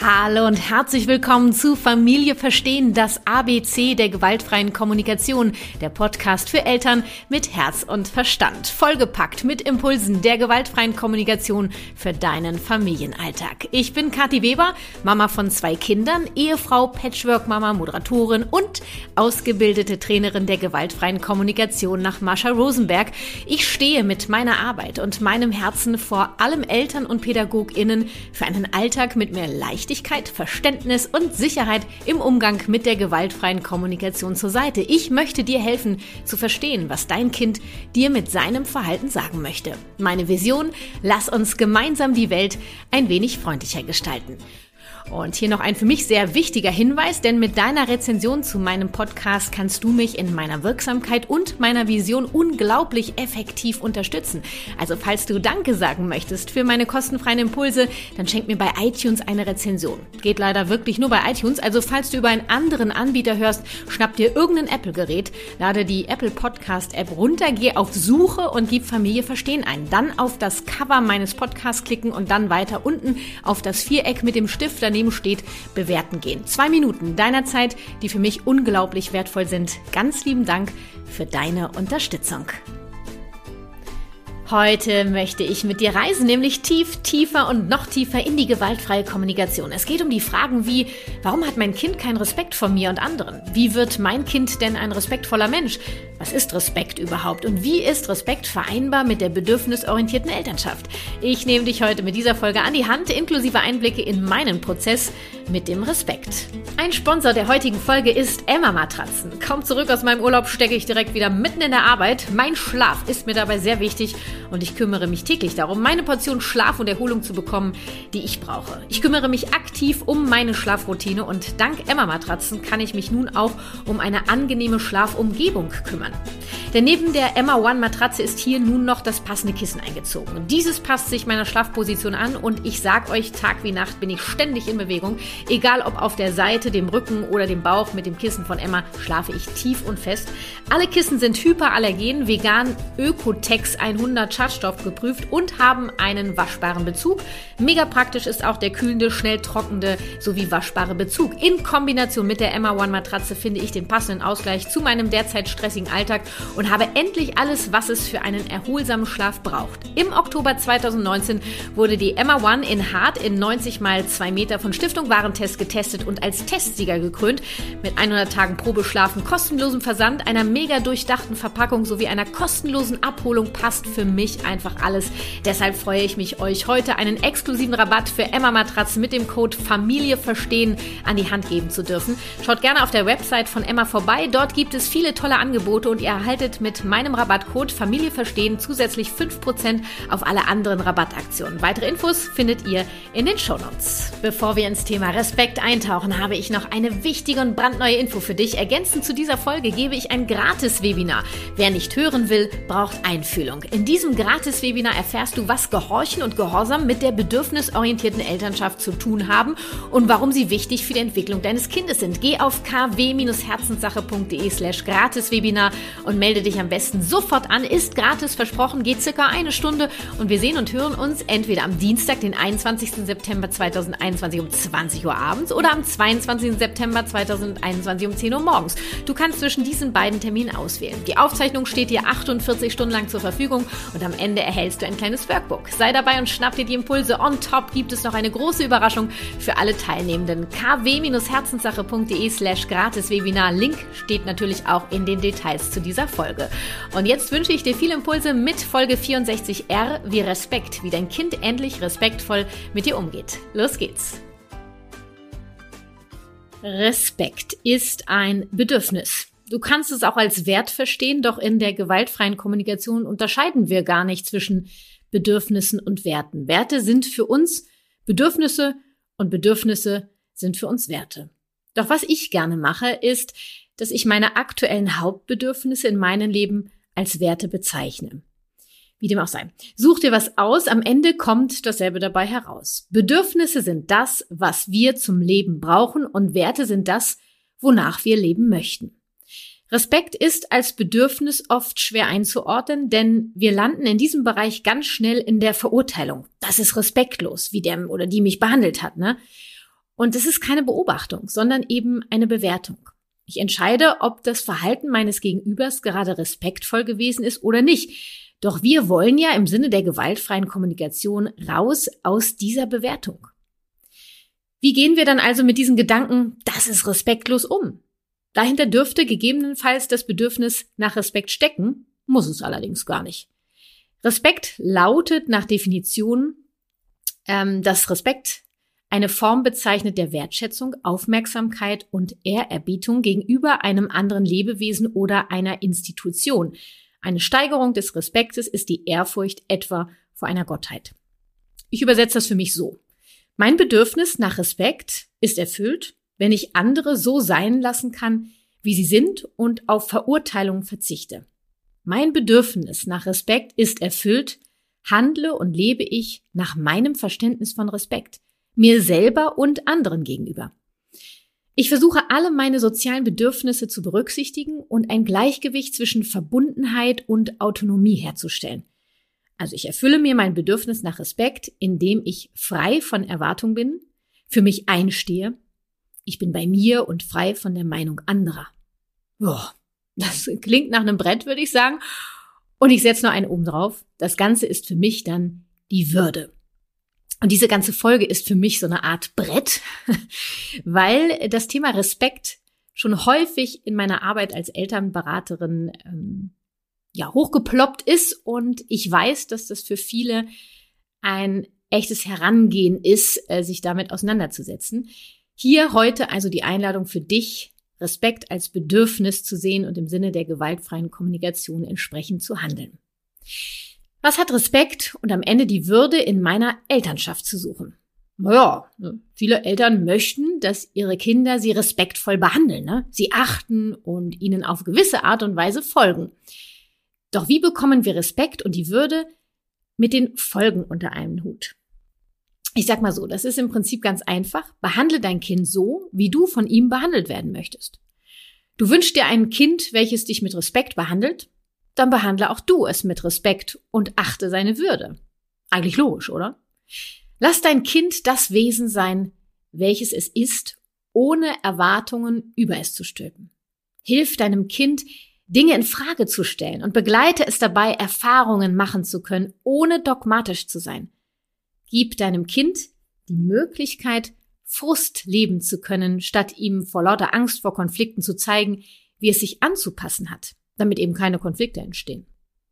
Hallo und herzlich willkommen zu Familie verstehen, das ABC der gewaltfreien Kommunikation, der Podcast für Eltern mit Herz und Verstand, vollgepackt mit Impulsen der gewaltfreien Kommunikation für deinen Familienalltag. Ich bin Kathi Weber, Mama von 2 Kindern, Ehefrau, Patchwork-Mama, Moderatorin und ausgebildete Trainerin der gewaltfreien Kommunikation nach Mascha Rosenberg. Ich stehe mit meiner Arbeit und meinem Herzen vor allem Eltern und PädagogInnen für einen Alltag mit mehr Leichtigkeit, Verständnis und Sicherheit im Umgang mit der gewaltfreien Kommunikation zur Seite. Ich möchte dir helfen, zu verstehen, was dein Kind dir mit seinem Verhalten sagen möchte. Meine Vision: Lass uns gemeinsam die Welt ein wenig freundlicher gestalten. Und hier noch ein für mich sehr wichtiger Hinweis, denn mit deiner Rezension zu meinem Podcast kannst du mich in meiner Wirksamkeit und meiner Vision unglaublich effektiv unterstützen. Also falls du Danke sagen möchtest für meine kostenfreien Impulse, dann schenk mir bei iTunes eine Rezension. Geht leider wirklich nur bei iTunes, also falls du über einen anderen Anbieter hörst, schnapp dir irgendein Apple-Gerät, lade die Apple Podcast-App runter, geh auf Suche und gib Familie verstehen ein. Dann auf das Cover meines Podcasts klicken und dann weiter unten auf das Viereck mit dem Stift daneben steht, bewerten gehen. 2 Minuten deiner Zeit, die für mich unglaublich wertvoll sind. Ganz lieben Dank für deine Unterstützung. Heute möchte ich mit dir reisen, nämlich tiefer und noch tiefer in die gewaltfreie Kommunikation. Es geht um die Fragen wie: Warum hat mein Kind keinen Respekt vor mir und anderen? Wie wird mein Kind denn ein respektvoller Mensch? Was ist Respekt überhaupt? Und wie ist Respekt vereinbar mit der bedürfnisorientierten Elternschaft? Ich nehme dich heute mit dieser Folge an die Hand, inklusive Einblicke in meinen Prozess mit dem Respekt. Ein Sponsor der heutigen Folge ist Emma Matratzen. Kaum zurück aus meinem Urlaub stecke ich direkt wieder mitten in der Arbeit. Mein Schlaf ist mir dabei sehr wichtig und ich kümmere mich täglich darum, meine Portion Schlaf und Erholung zu bekommen, die ich brauche. Ich kümmere mich aktiv um meine Schlafroutine und dank Emma Matratzen kann ich mich nun auch um eine angenehme Schlafumgebung kümmern. Denn neben der Emma One Matratze ist hier nun noch das passende Kissen eingezogen. Und dieses passt sich meiner Schlafposition an und ich sag euch, Tag wie Nacht bin ich ständig in Bewegung. Egal ob auf der Seite, dem Rücken oder dem Bauch, mit dem Kissen von Emma schlafe ich tief und fest. Alle Kissen sind hyperallergen, vegan, Ökotex 100 Schadstoff geprüft und haben einen waschbaren Bezug. Mega praktisch ist auch der kühlende, schnell trocknende sowie waschbare Bezug. In Kombination mit der Emma One Matratze finde ich den passenden Ausgleich zu meinem derzeit stressigen Alltag und habe endlich alles, was es für einen erholsamen Schlaf braucht. Im Oktober 2019 wurde die Emma One in Hart in 90 x 2 Meter von Stiftung Warentest getestet und als Testsieger gekrönt. Mit 100 Tagen Probeschlafen, kostenlosem Versand, einer mega durchdachten Verpackung sowie einer kostenlosen Abholung passt für mich einfach alles. Deshalb freue ich mich, euch heute einen exklusiven Rabatt für Emma Matratzen mit dem Code Familie verstehen an die Hand geben zu dürfen. Schaut gerne auf der Website von Emma vorbei. Dort gibt es viele tolle Angebote und ihr erhaltet mit meinem Rabattcode Familie verstehen zusätzlich 5% auf alle anderen Rabattaktionen. Weitere Infos findet ihr in den Shownotes. Bevor wir ins Thema Respekt eintauchen, habe ich noch eine wichtige und brandneue Info für dich. Ergänzend zu dieser Folge gebe ich ein Gratis-Webinar. Wer nicht hören will, braucht Einfühlung. In diesem Gratis-Webinar erfährst du, was Gehorchen und Gehorsam mit der bedürfnisorientierten Elternschaft zu tun haben und warum sie wichtig für die Entwicklung deines Kindes sind. Geh auf kw-herzenssache.de/Gratis-Webinar und melde dich am besten sofort an. Ist gratis versprochen, geht circa 1 Stunde und wir sehen und hören uns entweder am Dienstag, den 21. September 2021 um 20 Uhr abends oder am 22. September 2021 um 10 Uhr morgens. Du kannst zwischen diesen beiden Terminen auswählen. Die Aufzeichnung steht dir 48 Stunden lang zur Verfügung und am Ende erhältst du ein kleines Workbook. Sei dabei und schnapp dir die Impulse. On top gibt es noch eine große Überraschung für alle Teilnehmenden. kw-herzenssache.de/Gratis-Webinar. Link steht natürlich auch in den Details zu dieser Folge. Und jetzt wünsche ich dir viele Impulse mit Folge 64R wie Respekt, wie dein Kind endlich respektvoll mit dir umgeht. Los geht's! Respekt ist ein Bedürfnis. Du kannst es auch als Wert verstehen, doch in der gewaltfreien Kommunikation unterscheiden wir gar nicht zwischen Bedürfnissen und Werten. Werte sind für uns Bedürfnisse und Bedürfnisse sind für uns Werte. Doch was ich gerne mache, ist, dass ich meine aktuellen Hauptbedürfnisse in meinem Leben als Werte bezeichne. Wie dem auch sei. Such dir was aus, am Ende kommt dasselbe dabei heraus. Bedürfnisse sind das, was wir zum Leben brauchen und Werte sind das, wonach wir leben möchten. Respekt ist als Bedürfnis oft schwer einzuordnen, denn wir landen in diesem Bereich ganz schnell in der Verurteilung. Das ist respektlos, wie der oder die mich behandelt hat, ne? Und das ist keine Beobachtung, sondern eben eine Bewertung. Ich entscheide, ob das Verhalten meines Gegenübers gerade respektvoll gewesen ist oder nicht. Doch wir wollen ja im Sinne der gewaltfreien Kommunikation raus aus dieser Bewertung. Wie gehen wir dann also mit diesen Gedanken, das ist respektlos, um? Dahinter dürfte gegebenenfalls das Bedürfnis nach Respekt stecken, muss es allerdings gar nicht. Respekt lautet nach Definition, dass Respekt eine Form bezeichnet der Wertschätzung, Aufmerksamkeit und Ehrerbietung gegenüber einem anderen Lebewesen oder einer Institution. Eine Steigerung des Respektes ist die Ehrfurcht etwa vor einer Gottheit. Ich übersetze das für mich so. Mein Bedürfnis nach Respekt ist erfüllt, wenn ich andere so sein lassen kann, wie sie sind und auf Verurteilung verzichte. Mein Bedürfnis nach Respekt ist erfüllt, handle und lebe ich nach meinem Verständnis von Respekt, mir selber und anderen gegenüber. Ich versuche, alle meine sozialen Bedürfnisse zu berücksichtigen und ein Gleichgewicht zwischen Verbundenheit und Autonomie herzustellen. Also ich erfülle mir mein Bedürfnis nach Respekt, indem ich frei von Erwartung bin, für mich einstehe. Ich bin bei mir und frei von der Meinung anderer. Boah, das klingt nach einem Brett, würde ich sagen. Und ich setze noch einen oben drauf. Das Ganze ist für mich dann die Würde. Und diese ganze Folge ist für mich so eine Art Brett, weil das Thema Respekt schon häufig in meiner Arbeit als Elternberaterin hochgeploppt ist. Und ich weiß, dass das für viele ein echtes Herangehen ist, sich damit auseinanderzusetzen. Hier heute also die Einladung für dich, Respekt als Bedürfnis zu sehen und im Sinne der gewaltfreien Kommunikation entsprechend zu handeln. Was hat Respekt und am Ende die Würde in meiner Elternschaft zu suchen? Naja, viele Eltern möchten, dass ihre Kinder sie respektvoll behandeln, sie achten und ihnen auf gewisse Art und Weise folgen. Doch wie bekommen wir Respekt und die Würde mit den Folgen unter einem Hut? Ich sag mal so, das ist im Prinzip ganz einfach. Behandle dein Kind so, wie du von ihm behandelt werden möchtest. Du wünschst dir ein Kind, welches dich mit Respekt behandelt, dann behandle auch du es mit Respekt und achte seine Würde. Eigentlich logisch, oder? Lass dein Kind das Wesen sein, welches es ist, ohne Erwartungen über es zu stülpen. Hilf deinem Kind, Dinge in Frage zu stellen und begleite es dabei, Erfahrungen machen zu können, ohne dogmatisch zu sein. Gib deinem Kind die Möglichkeit, Frust leben zu können, statt ihm vor lauter Angst vor Konflikten zu zeigen, wie es sich anzupassen hat, damit eben keine Konflikte entstehen.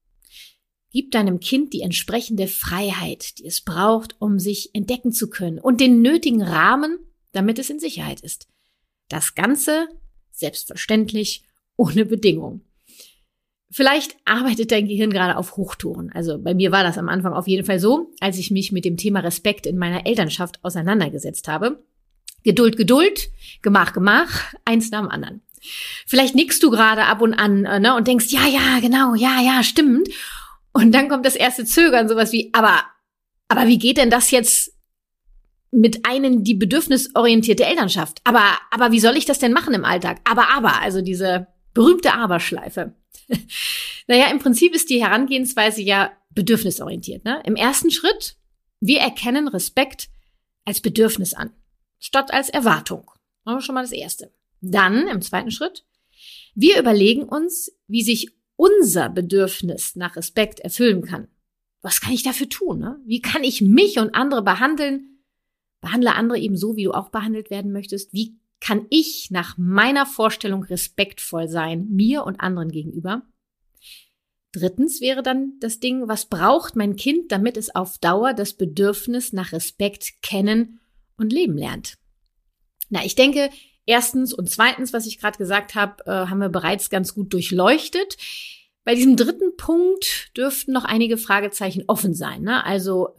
Gib deinem Kind die entsprechende Freiheit, die es braucht, um sich entdecken zu können und den nötigen Rahmen, damit es in Sicherheit ist. Das Ganze selbstverständlich ohne Bedingung. Vielleicht arbeitet dein Gehirn gerade auf Hochtouren. Also bei mir war das am Anfang auf jeden Fall so, als ich mich mit dem Thema Respekt in meiner Elternschaft auseinandergesetzt habe. Geduld, Geduld, Gemach, Gemach, eins nach dem anderen. Vielleicht nickst du gerade ab und an und denkst, ja, genau, ja, stimmt. Und dann kommt das erste Zögern, sowas wie, aber wie geht denn das jetzt mit einem die bedürfnisorientierte Elternschaft? Aber wie soll ich das denn machen im Alltag? Also diese berühmte Aber-Schleife. Naja, im Prinzip ist die Herangehensweise ja bedürfnisorientiert. Im ersten Schritt, wir erkennen Respekt als Bedürfnis an, statt als Erwartung. Das ist schon mal das Erste. Dann, im zweiten Schritt, wir überlegen uns, wie sich unser Bedürfnis nach Respekt erfüllen kann. Was kann ich dafür tun? Wie kann ich mich und andere behandeln? Behandle andere eben so, wie du auch behandelt werden möchtest. Wie kann ich nach meiner Vorstellung respektvoll sein, mir und anderen gegenüber? Drittens wäre dann das Ding, was braucht mein Kind, damit es auf Dauer das Bedürfnis nach Respekt kennen und leben lernt? Ich denke, erstens und zweitens, was ich gerade gesagt habe, haben wir bereits ganz gut durchleuchtet. Bei diesem dritten Punkt dürften noch einige Fragezeichen offen sein. Also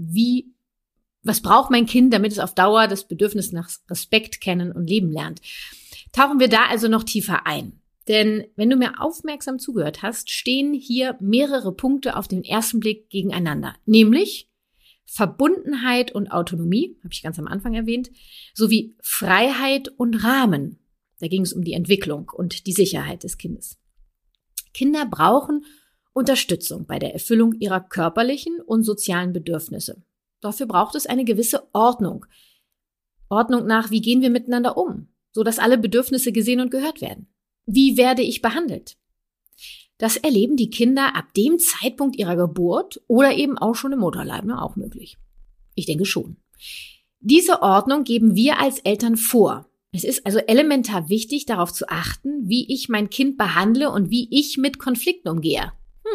was braucht mein Kind, damit es auf Dauer das Bedürfnis nach Respekt kennen und leben lernt? Tauchen wir da also noch tiefer ein. Denn wenn du mir aufmerksam zugehört hast, stehen hier mehrere Punkte auf den ersten Blick gegeneinander. Nämlich Verbundenheit und Autonomie, habe ich ganz am Anfang erwähnt, sowie Freiheit und Rahmen. Da ging es um die Entwicklung und die Sicherheit des Kindes. Kinder brauchen Unterstützung bei der Erfüllung ihrer körperlichen und sozialen Bedürfnisse. Dafür braucht es eine gewisse Ordnung. Ordnung nach, wie gehen wir miteinander um, sodass alle Bedürfnisse gesehen und gehört werden. Wie werde ich behandelt? Das erleben die Kinder ab dem Zeitpunkt ihrer Geburt oder eben auch schon im Mutterleib, auch möglich. Ich denke schon. Diese Ordnung geben wir als Eltern vor. Es ist also elementar wichtig, darauf zu achten, wie ich mein Kind behandle und wie ich mit Konflikten umgehe.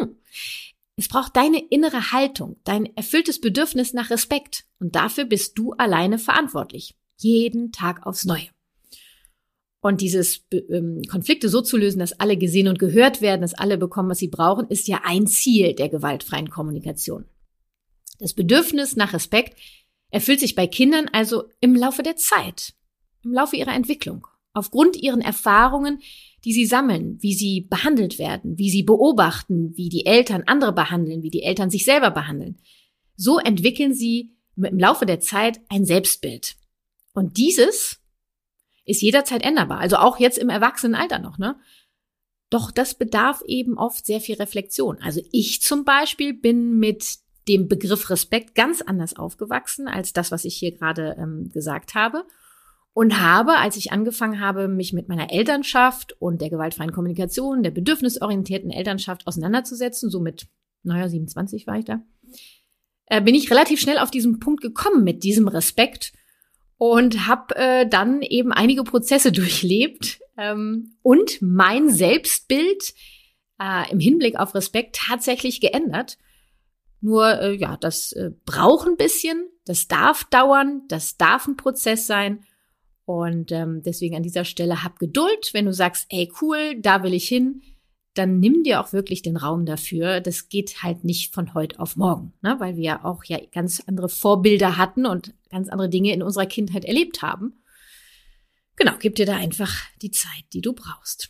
Es braucht deine innere Haltung, dein erfülltes Bedürfnis nach Respekt. Und dafür bist du alleine verantwortlich. Jeden Tag aufs Neue. Und dieses Konflikte so zu lösen, dass alle gesehen und gehört werden, dass alle bekommen, was sie brauchen, ist ja ein Ziel der gewaltfreien Kommunikation. Das Bedürfnis nach Respekt erfüllt sich bei Kindern also im Laufe der Zeit, im Laufe ihrer Entwicklung, aufgrund ihren Erfahrungen, die sie sammeln, wie sie behandelt werden, wie sie beobachten, wie die Eltern andere behandeln, wie die Eltern sich selber behandeln. So entwickeln sie im Laufe der Zeit ein Selbstbild. Und dieses ist jederzeit änderbar, also auch jetzt im Erwachsenenalter noch, Doch das bedarf eben oft sehr viel Reflexion. Also ich zum Beispiel bin mit dem Begriff Respekt ganz anders aufgewachsen als das, was ich hier gerade gesagt habe. Und habe, als ich angefangen habe, mich mit meiner Elternschaft und der gewaltfreien Kommunikation, der bedürfnisorientierten Elternschaft auseinanderzusetzen, so mit, 27 war ich da, bin ich relativ schnell auf diesen Punkt gekommen mit diesem Respekt und habe dann eben einige Prozesse durchlebt und mein Selbstbild im Hinblick auf Respekt tatsächlich geändert. Nur, das braucht ein bisschen, das darf dauern, das darf ein Prozess sein. Und deswegen an dieser Stelle hab Geduld. Wenn du sagst, ey cool, da will ich hin, dann nimm dir auch wirklich den Raum dafür. Das geht halt nicht von heute auf morgen, weil wir ja auch ganz andere Vorbilder hatten und ganz andere Dinge in unserer Kindheit erlebt haben. Genau, gib dir da einfach die Zeit, die du brauchst.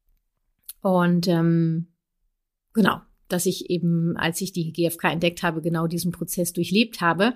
Und genau, dass ich eben, als ich die GfK entdeckt habe, genau diesen Prozess durchlebt habe,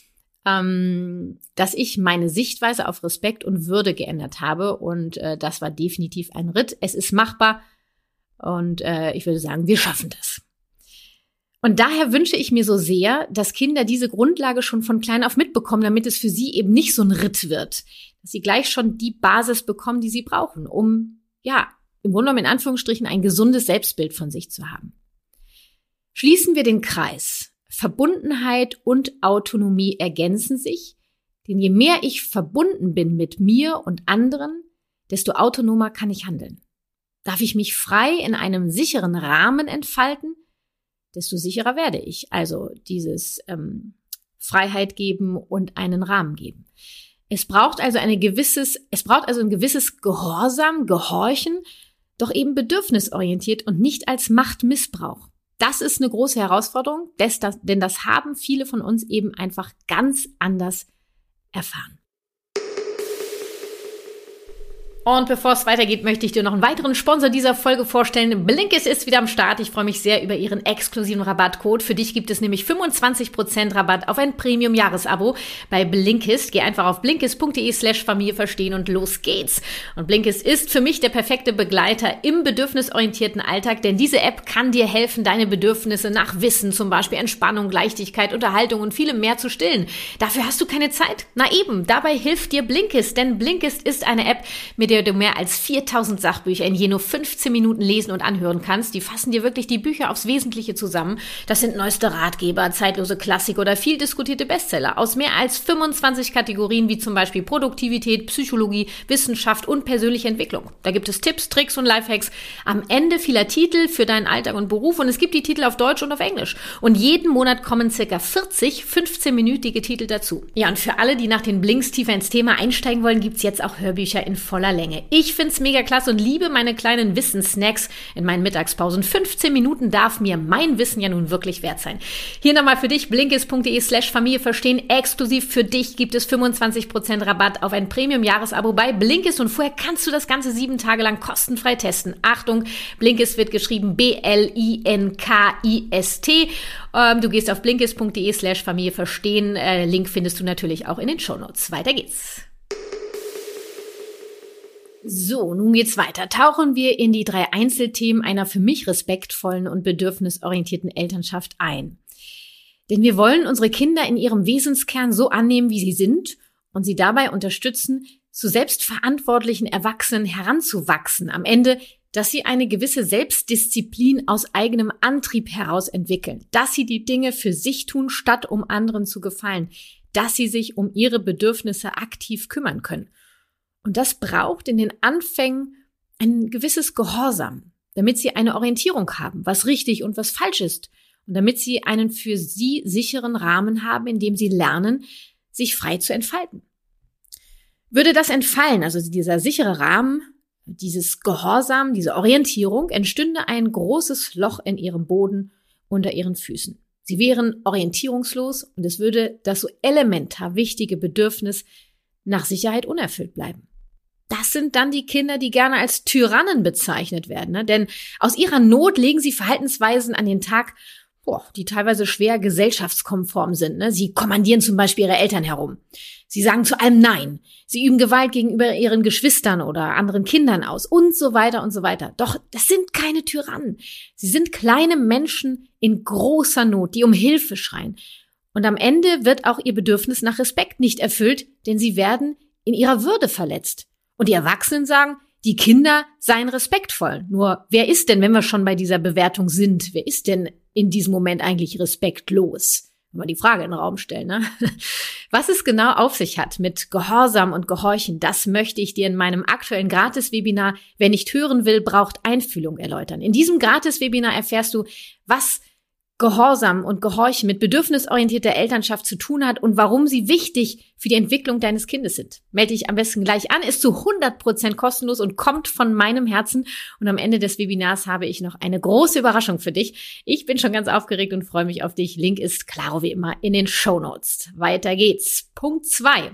dass ich meine Sichtweise auf Respekt und Würde geändert habe. Und das war definitiv ein Ritt. Es ist machbar und ich würde sagen, wir schaffen das. Und daher wünsche ich mir so sehr, dass Kinder diese Grundlage schon von klein auf mitbekommen, damit es für sie eben nicht so ein Ritt wird. Dass sie gleich schon die Basis bekommen, die sie brauchen, um, im Grunde genommen in Anführungsstrichen ein gesundes Selbstbild von sich zu haben. Schließen wir den Kreis. Verbundenheit und Autonomie ergänzen sich, denn je mehr ich verbunden bin mit mir und anderen, desto autonomer kann ich handeln. Darf ich mich frei in einem sicheren Rahmen entfalten, desto sicherer werde ich. Also dieses Freiheit geben und einen Rahmen geben. Es braucht also ein gewisses Gehorsam, Gehorchen, doch eben bedürfnisorientiert und nicht als Machtmissbrauch. Das ist eine große Herausforderung, denn das haben viele von uns eben einfach ganz anders erfahren. Und bevor es weitergeht, möchte ich dir noch einen weiteren Sponsor dieser Folge vorstellen. Blinkist ist wieder am Start. Ich freue mich sehr über ihren exklusiven Rabattcode. Für dich gibt es nämlich 25% Rabatt auf ein Premium-Jahresabo bei Blinkist. Geh einfach auf blinkist.de/Familie verstehen und los geht's. Und Blinkist ist für mich der perfekte Begleiter im bedürfnisorientierten Alltag, denn diese App kann dir helfen, deine Bedürfnisse nach Wissen, zum Beispiel Entspannung, Leichtigkeit, Unterhaltung und vielem mehr zu stillen. Dafür hast du keine Zeit? Na eben, dabei hilft dir Blinkist, denn Blinkist ist eine App, mit der du mehr als 4000 Sachbücher in je nur 15 Minuten lesen und anhören kannst. Die fassen dir wirklich die Bücher aufs Wesentliche zusammen. Das sind neueste Ratgeber, zeitlose Klassiker oder viel diskutierte Bestseller aus mehr als 25 Kategorien, wie zum Beispiel Produktivität, Psychologie, Wissenschaft und persönliche Entwicklung. Da gibt es Tipps, Tricks und Lifehacks am Ende vieler Titel für deinen Alltag und Beruf und es gibt die Titel auf Deutsch und auf Englisch. Und jeden Monat kommen circa 40 15-minütige Titel dazu. Ja, und für alle, die nach den Blinks tiefer ins Thema einsteigen wollen, gibt's jetzt auch Hörbücher in voller Länge. Ich find's mega klasse und liebe meine kleinen Wissenssnacks in meinen Mittagspausen. 15 Minuten darf mir mein Wissen ja nun wirklich wert sein. Hier nochmal für dich, blinkist.de/Familie verstehen. Exklusiv für dich gibt es 25% Rabatt auf ein Premium-Jahresabo bei Blinkist und vorher kannst du das Ganze 7 Tage lang kostenfrei testen. Achtung, Blinkist wird geschrieben BLINKIST. Du gehst auf blinkist.de/Familie verstehen. Link findest du natürlich auch in den Shownotes. Weiter geht's. So, nun geht's weiter. Tauchen wir in die 3 Einzelthemen einer für mich respektvollen und bedürfnisorientierten Elternschaft ein. Denn wir wollen unsere Kinder in ihrem Wesenskern so annehmen, wie sie sind und sie dabei unterstützen, zu selbstverantwortlichen Erwachsenen heranzuwachsen. Am Ende, dass sie eine gewisse Selbstdisziplin aus eigenem Antrieb heraus entwickeln, dass sie die Dinge für sich tun, statt um anderen zu gefallen, dass sie sich um ihre Bedürfnisse aktiv kümmern können. Und das braucht in den Anfängen ein gewisses Gehorsam, damit sie eine Orientierung haben, was richtig und was falsch ist. Und damit sie einen für sie sicheren Rahmen haben, in dem sie lernen, sich frei zu entfalten. Würde das entfallen, also dieser sichere Rahmen, dieses Gehorsam, diese Orientierung, entstünde ein großes Loch in ihrem Boden unter ihren Füßen. Sie wären orientierungslos und es würde das so elementar wichtige Bedürfnis nach Sicherheit unerfüllt bleiben. Das sind dann die Kinder, die gerne als Tyrannen bezeichnet werden, ne? Denn aus ihrer Not legen sie Verhaltensweisen an den Tag, die teilweise schwer gesellschaftskonform sind. Ne? Sie kommandieren zum Beispiel ihre Eltern herum. Sie sagen zu allem Nein. Sie üben Gewalt gegenüber ihren Geschwistern oder anderen Kindern aus und so weiter und so weiter. Doch das sind keine Tyrannen. Sie sind kleine Menschen in großer Not, die um Hilfe schreien. Und am Ende wird auch ihr Bedürfnis nach Respekt nicht erfüllt, denn sie werden in ihrer Würde verletzt. Und die Erwachsenen sagen, die Kinder seien respektvoll. Nur wer ist denn, wenn wir schon bei dieser Bewertung sind, wer ist denn in diesem Moment eigentlich respektlos? Wenn wir die Frage in den Raum stellen, ne? Was es genau auf sich hat mit Gehorsam und Gehorchen, das möchte ich dir in meinem aktuellen Gratis-Webinar Wer nicht hören will, braucht Einfühlung erläutern. In diesem Gratis-Webinar erfährst du, was Gehorsam und Gehorchen mit bedürfnisorientierter Elternschaft zu tun hat und warum sie wichtig für die Entwicklung deines Kindes sind. Melde dich am besten gleich an, ist zu 100% kostenlos und kommt von meinem Herzen. Und am Ende des Webinars habe ich noch eine große Überraschung für dich. Ich bin schon ganz aufgeregt und freue mich auf dich. Link ist klaro wie immer in den Shownotes. Weiter geht's. Punkt 2.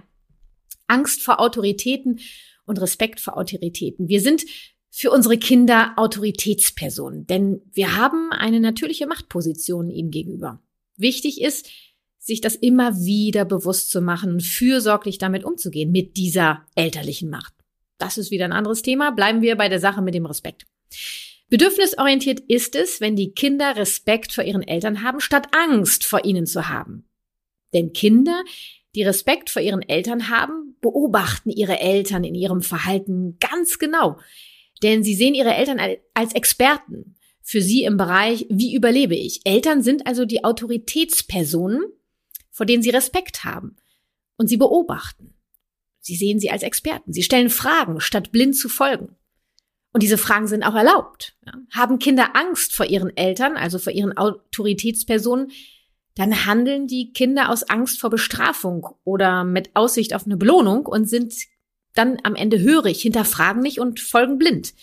Angst vor Autoritäten und Respekt vor Autoritäten. Wir sind für unsere Kinder Autoritätspersonen, denn wir haben eine natürliche Machtposition ihnen gegenüber. Wichtig ist, sich das immer wieder bewusst zu machen und fürsorglich damit umzugehen, mit dieser elterlichen Macht. Das ist wieder ein anderes Thema. Bleiben wir bei der Sache mit dem Respekt. Bedürfnisorientiert ist es, wenn die Kinder Respekt vor ihren Eltern haben, statt Angst vor ihnen zu haben. Denn Kinder, die Respekt vor ihren Eltern haben, beobachten ihre Eltern in ihrem Verhalten ganz genau. Denn sie sehen ihre Eltern als Experten für sie im Bereich, wie überlebe ich? Eltern sind also die Autoritätspersonen, vor denen sie Respekt haben. Und sie beobachten. Sie sehen sie als Experten. Sie stellen Fragen, statt blind zu folgen. Und diese Fragen sind auch erlaubt. Ja. Haben Kinder Angst vor ihren Eltern, also vor ihren Autoritätspersonen, dann handeln die Kinder aus Angst vor Bestrafung oder mit Aussicht auf eine Belohnung und sind dann am Ende hörig, hinterfragen nicht und folgen blind.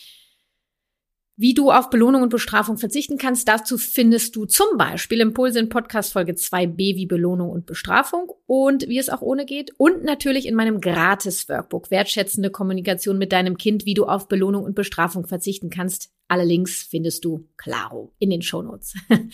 Wie du auf Belohnung und Bestrafung verzichten kannst, dazu findest du zum Beispiel Impulse in Podcast Folge 2b wie Belohnung und Bestrafung und wie es auch ohne geht und natürlich in meinem Gratis-Workbook Wertschätzende Kommunikation mit deinem Kind, wie du auf Belohnung und Bestrafung verzichten kannst. Alle Links findest du klaro in den Shownotes.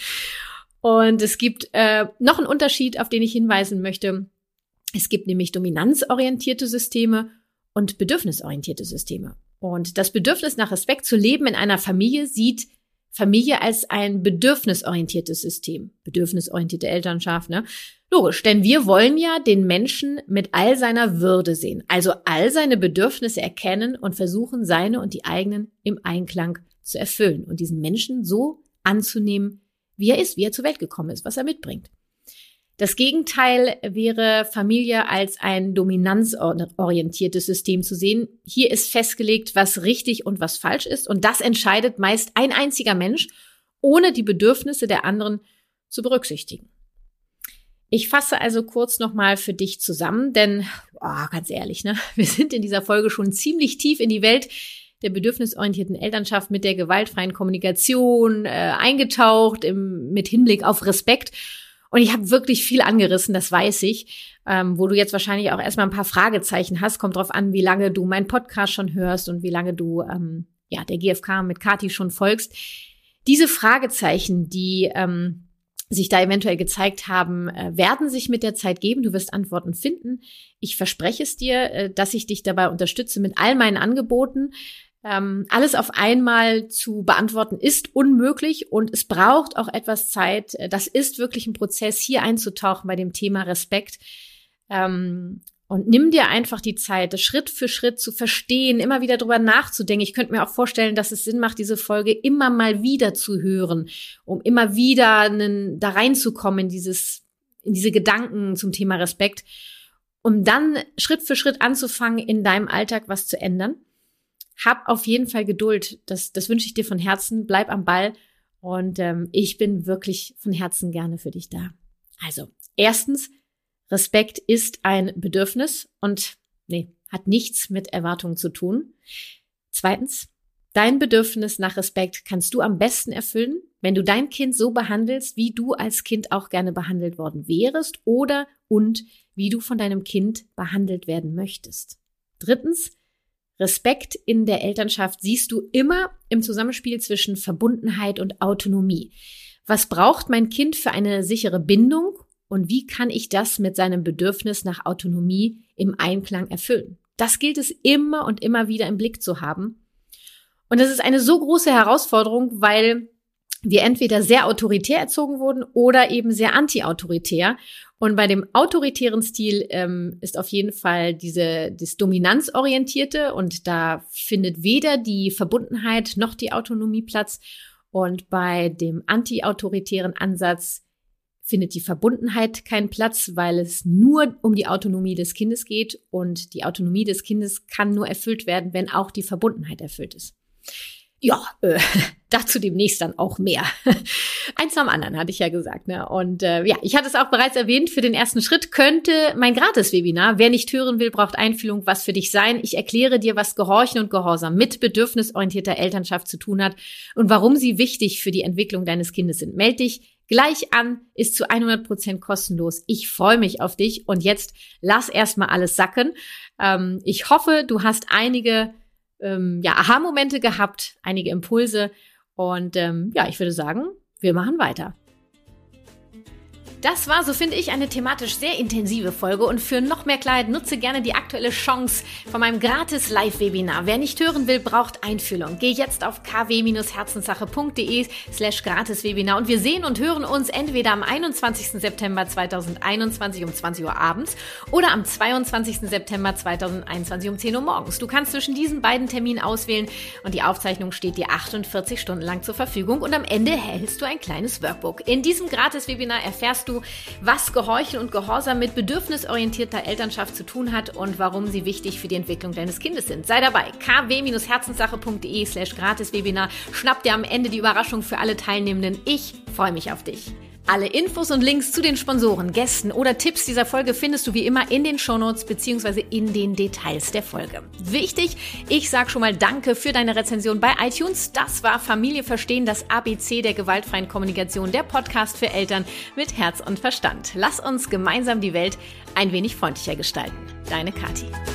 Und es gibt noch einen Unterschied, auf den ich hinweisen möchte. Es gibt nämlich dominanzorientierte Systeme und bedürfnisorientierte Systeme. Und das Bedürfnis nach Respekt zu leben in einer Familie sieht Familie als ein bedürfnisorientiertes System. Bedürfnisorientierte Elternschaft, ne? Logisch, denn wir wollen ja den Menschen mit all seiner Würde sehen. Also all seine Bedürfnisse erkennen und versuchen, seine und die eigenen im Einklang zu erfüllen. Und diesen Menschen so anzunehmen, wie er ist, wie er zur Welt gekommen ist, was er mitbringt. Das Gegenteil wäre Familie als ein dominanzorientiertes System zu sehen. Hier ist festgelegt, was richtig und was falsch ist. Und das entscheidet meist ein einziger Mensch, ohne die Bedürfnisse der anderen zu berücksichtigen. Ich fasse also kurz nochmal für dich zusammen, denn, ganz ehrlich, ne, wir sind in dieser Folge schon ziemlich tief in die Welt der bedürfnisorientierten Elternschaft mit der gewaltfreien Kommunikation eingetaucht, mit Hinblick auf Respekt. Und ich habe wirklich viel angerissen, das weiß ich, wo du jetzt wahrscheinlich auch erstmal ein paar Fragezeichen hast. Kommt drauf an, wie lange du meinen Podcast schon hörst und wie lange du der GfK mit Kathi schon folgst. Diese Fragezeichen, die sich da eventuell gezeigt haben, werden sich mit der Zeit geben. Du wirst Antworten finden. Ich verspreche es dir, dass ich dich dabei unterstütze mit all meinen Angeboten. Alles auf einmal zu beantworten ist unmöglich und es braucht auch etwas Zeit. Das ist wirklich ein Prozess, hier einzutauchen bei dem Thema Respekt. Und nimm dir einfach die Zeit, das Schritt für Schritt zu verstehen, immer wieder drüber nachzudenken. Ich könnte mir auch vorstellen, dass es Sinn macht, diese Folge immer mal wieder zu hören, um immer wieder da reinzukommen in diese Gedanken zum Thema Respekt, um dann Schritt für Schritt anzufangen, in deinem Alltag was zu ändern. Hab auf jeden Fall Geduld. Das wünsche ich dir von Herzen. Bleib am Ball. Und ich bin wirklich von Herzen gerne für dich da. Also, erstens, Respekt ist ein Bedürfnis und hat nichts mit Erwartungen zu tun. Zweitens, dein Bedürfnis nach Respekt kannst du am besten erfüllen, wenn du dein Kind so behandelst, wie du als Kind auch gerne behandelt worden wärst und wie du von deinem Kind behandelt werden möchtest. Drittens, Respekt in der Elternschaft siehst du immer im Zusammenspiel zwischen Verbundenheit und Autonomie. Was braucht mein Kind für eine sichere Bindung? Und wie kann ich das mit seinem Bedürfnis nach Autonomie im Einklang erfüllen? Das gilt es immer und immer wieder im Blick zu haben. Und das ist eine so große Herausforderung, weil wir entweder sehr autoritär erzogen wurden oder eben sehr anti-autoritär. Und bei dem autoritären Stil ist auf jeden Fall das Dominanzorientierte und da findet weder die Verbundenheit noch die Autonomie Platz. Und bei dem anti-autoritären Ansatz findet die Verbundenheit keinen Platz, weil es nur um die Autonomie des Kindes geht und die Autonomie des Kindes kann nur erfüllt werden, wenn auch die Verbundenheit erfüllt ist. Ja, dazu demnächst dann auch mehr. Eins am anderen, hatte ich ja gesagt, ne? Und ich hatte es auch bereits erwähnt, für den ersten Schritt könnte mein Gratis-Webinar, wer nicht hören will, braucht Einfühlung, was für dich sein. Ich erkläre dir, was Gehorchen und Gehorsam mit bedürfnisorientierter Elternschaft zu tun hat und warum sie wichtig für die Entwicklung deines Kindes sind. Meld dich gleich an, ist zu 100% kostenlos. Ich freue mich auf dich und jetzt lass erstmal alles sacken. Ich hoffe, du hast einige Aha-Momente gehabt, einige Impulse und ich würde sagen, wir machen weiter. Das war, so finde ich, eine thematisch sehr intensive Folge und für noch mehr Klarheit nutze gerne die aktuelle Chance von meinem gratis Live-Webinar. Wer nicht hören will, braucht Einfühlung. Geh jetzt auf kw-herzenssache.de/gratis-Webinar und wir sehen und hören uns entweder am 21. September 2021 um 20 Uhr abends oder am 22. September 2021 um 10 Uhr morgens. Du kannst zwischen diesen beiden Terminen auswählen und die Aufzeichnung steht dir 48 Stunden lang zur Verfügung und am Ende erhältst du ein kleines Workbook. In diesem Gratis-Webinar erfährst du, was Gehorchen und Gehorsam mit bedürfnisorientierter Elternschaft zu tun hat und warum sie wichtig für die Entwicklung deines Kindes sind. Sei dabei, kw-herzenssache.de/gratis-Webinar. Schnapp dir am Ende die Überraschung für alle Teilnehmenden. Ich freue mich auf dich. Alle Infos und Links zu den Sponsoren, Gästen oder Tipps dieser Folge findest du wie immer in den Shownotes bzw. in den Details der Folge. Wichtig, ich sage schon mal Danke für deine Rezension bei iTunes. Das war Familie verstehen, das ABC der gewaltfreien Kommunikation, der Podcast für Eltern mit Herz und Verstand. Lass uns gemeinsam die Welt ein wenig freundlicher gestalten. Deine Kathi.